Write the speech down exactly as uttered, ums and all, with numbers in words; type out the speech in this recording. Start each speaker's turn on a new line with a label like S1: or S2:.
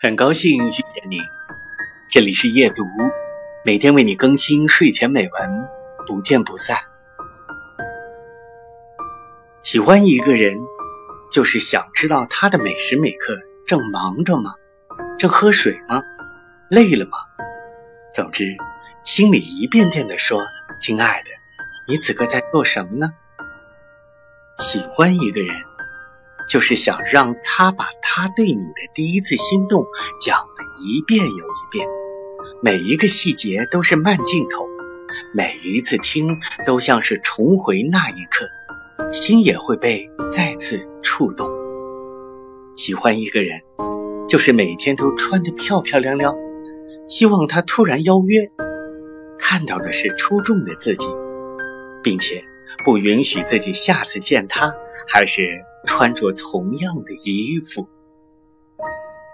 S1: 很高兴遇见你，这里是夜读，每天为你更新睡前美文，不见不散。喜欢一个人，就是想知道他的每时每刻正忙着吗？正喝水吗？累了吗？总之，心里一遍遍地说，亲爱的，你此刻在做什么呢？喜欢一个人，就是想让他把他对你的第一次心动讲了一遍又一遍，每一个细节都是慢镜头，每一次听都像是重回那一刻，心也会被再次触动。喜欢一个人，就是每天都穿得漂漂亮亮，希望他突然邀约，看到的是出众的自己，并且不允许自己下次见他还是穿着同样的衣服。